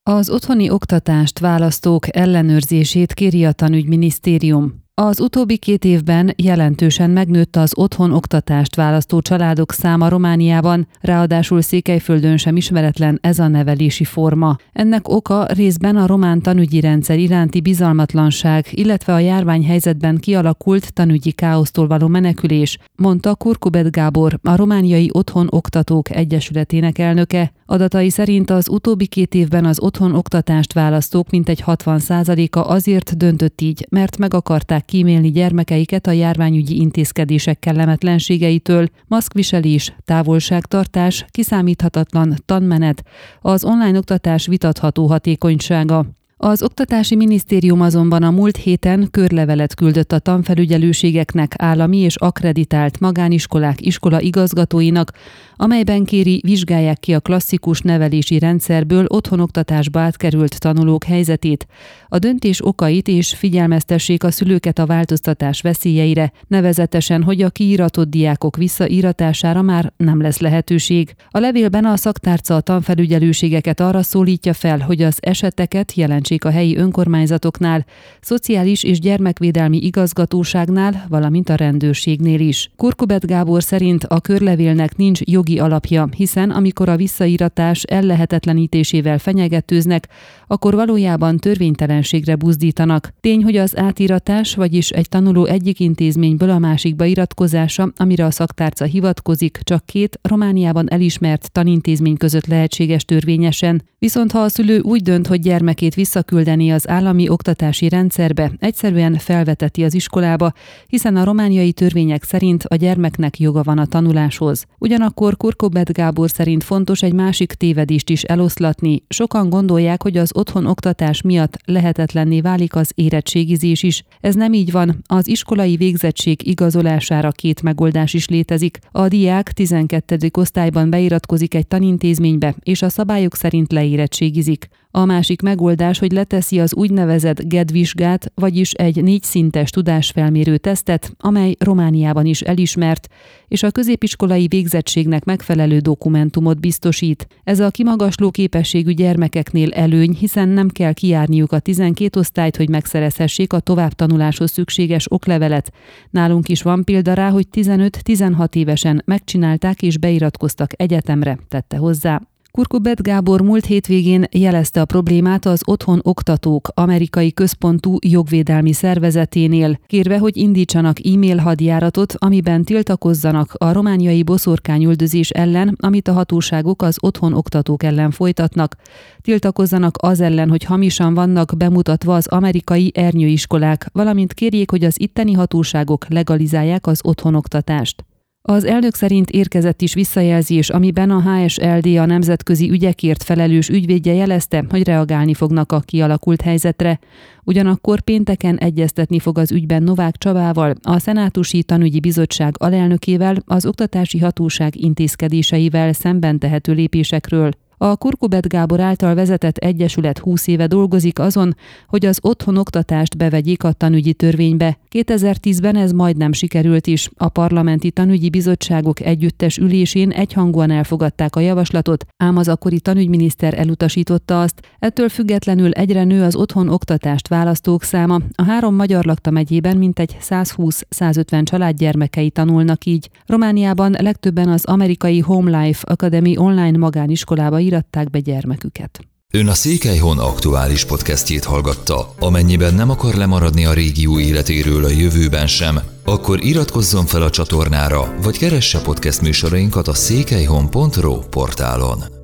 Az otthoni oktatást választók ellenőrzését kéri a tanügyminisztérium. Az utóbbi 2 évben jelentősen megnőtt az otthon oktatást választó családok száma Romániában, ráadásul Székelyföldön sem ismeretlen ez a nevelési forma. Ennek oka részben a román tanügyi rendszer iránti bizalmatlanság, illetve a járványhelyzetben kialakult tanügyi káosztól való menekülés, mondta Kurkubet Gábor, a Romániai Otthon Oktatók Egyesületének elnöke. Adatai szerint az utóbbi 2 évben az otthon oktatást választók mintegy 60%-a azért döntött így, mert meg akarták kímélni gyermekeiket a járványügyi intézkedések kellemetlenségeitől, maszkviselés, távolságtartás, kiszámíthatatlan tanmenet, az online oktatás vitatható hatékonysága. Az Oktatási Minisztérium azonban a múlt héten körlevelet küldött a tanfelügyelőségeknek, állami és akkreditált magániskolák iskolaigazgatóinak, amelyben kéri, vizsgálják ki a klasszikus nevelési rendszerből otthonoktatásba átkerült tanulók helyzetét, a döntés okait és figyelmeztessék a szülőket a változtatás veszélyeire, nevezetesen, hogy a kiíratott diákok visszaíratására már nem lesz lehetőség. A levélben a szaktárca a tanfelügyelőségeket arra szólítja fel, hogy az eseteket jelentsék a helyi önkormányzatoknál, szociális és gyermekvédelmi igazgatóságnál, valamint a rendőrségnél is. Kurkubet Gábor szerint a körlevélnek nincs jogi alapja, hiszen amikor a visszaíratás ellehetetlenítésével fenyegetőznek, akkor valójában törvénytelenségre buzdítanak. Tény, hogy az átíratás, vagyis egy tanuló egyik intézményből a másikba iratkozása, amire a szaktárca hivatkozik, csak 2 Romániában elismert tanintézmény között lehetséges törvényesen. Viszont ha a szülő úgy dönt, hogy gyermekét visszaküldeni az állami oktatási rendszerbe, egyszerűen felveteti az iskolába, hiszen a romániai törvények szerint a gyermeknek joga van a tanuláshoz. Ugyanakkor Kurkubet Gábor szerint fontos egy másik tévedést is eloszlatni. Sokan gondolják, hogy az otthon oktatás miatt lehetetlenné válik az érettségizés is. Ez nem így van. Az iskolai végzettség igazolására 2 megoldás is létezik. A diák 12. osztályban beiratkozik egy tanintézménybe, és a szabályok szerint leérettségizik. A másik megoldás, hogy leteszi az úgynevezett GED-vizsgát, vagyis egy 4 szintes tudásfelmérő tesztet, amely Romániában is elismert, és a középiskolai végzettségnek megfelelő dokumentumot biztosít. Ez a kimagasló képességű gyermekeknél előny, hiszen nem kell kijárniuk a 12 osztályt, hogy megszerezhessék a továbbtanuláshoz szükséges oklevelet. Nálunk is van példa rá, hogy 15-16 évesen megcsinálták és beiratkoztak egyetemre, tette hozzá. Kurkubet Gábor múlt hétvégén jelezte a problémát az Otthon Oktatók amerikai központú jogvédelmi szervezeténél, kérve, hogy indítsanak e-mail hadjáratot, amiben tiltakozzanak a romániai boszorkányüldözés ellen, amit a hatóságok az otthon oktatók ellen folytatnak. Tiltakozzanak az ellen, hogy hamisan vannak bemutatva az amerikai ernyőiskolák, valamint kérjék, hogy az itteni hatóságok legalizálják az otthonoktatást. Az elnök szerint érkezett is visszajelzés, amiben a HSLD a nemzetközi ügyekért felelős ügyvédje jelezte, hogy reagálni fognak a kialakult helyzetre. Ugyanakkor pénteken egyeztetni fog az ügyben Novák Csabával, a Szenátusi Tanügyi Bizottság alelnökével, az oktatási hatóság intézkedéseivel szemben tehető lépésekről. A Kurkubet Gábor által vezetett egyesület 20 éve dolgozik azon, hogy az otthonoktatást bevegyék a tanügyi törvénybe. 2010-ben ez majdnem sikerült is. A parlamenti tanügyi bizottságok együttes ülésén egyhangúan elfogadták a javaslatot, ám az akkori tanügyminiszter elutasította azt. Ettől függetlenül egyre nő az otthonoktatást választók száma. A 3 magyar lakta megyében mintegy 120-150 család gyermekei tanulnak így. Romániában legtöbben az amerikai Home Life Academy online magániskolába íratták be gyermeküket. Ön a Székelyhon aktuális podcastjét hallgatta. Amennyiben nem akar lemaradni a régió életéről a jövőben sem, akkor iratkozzon fel a csatornára, vagy keresse podcast műsorainkat a székelyhon.ro portálon.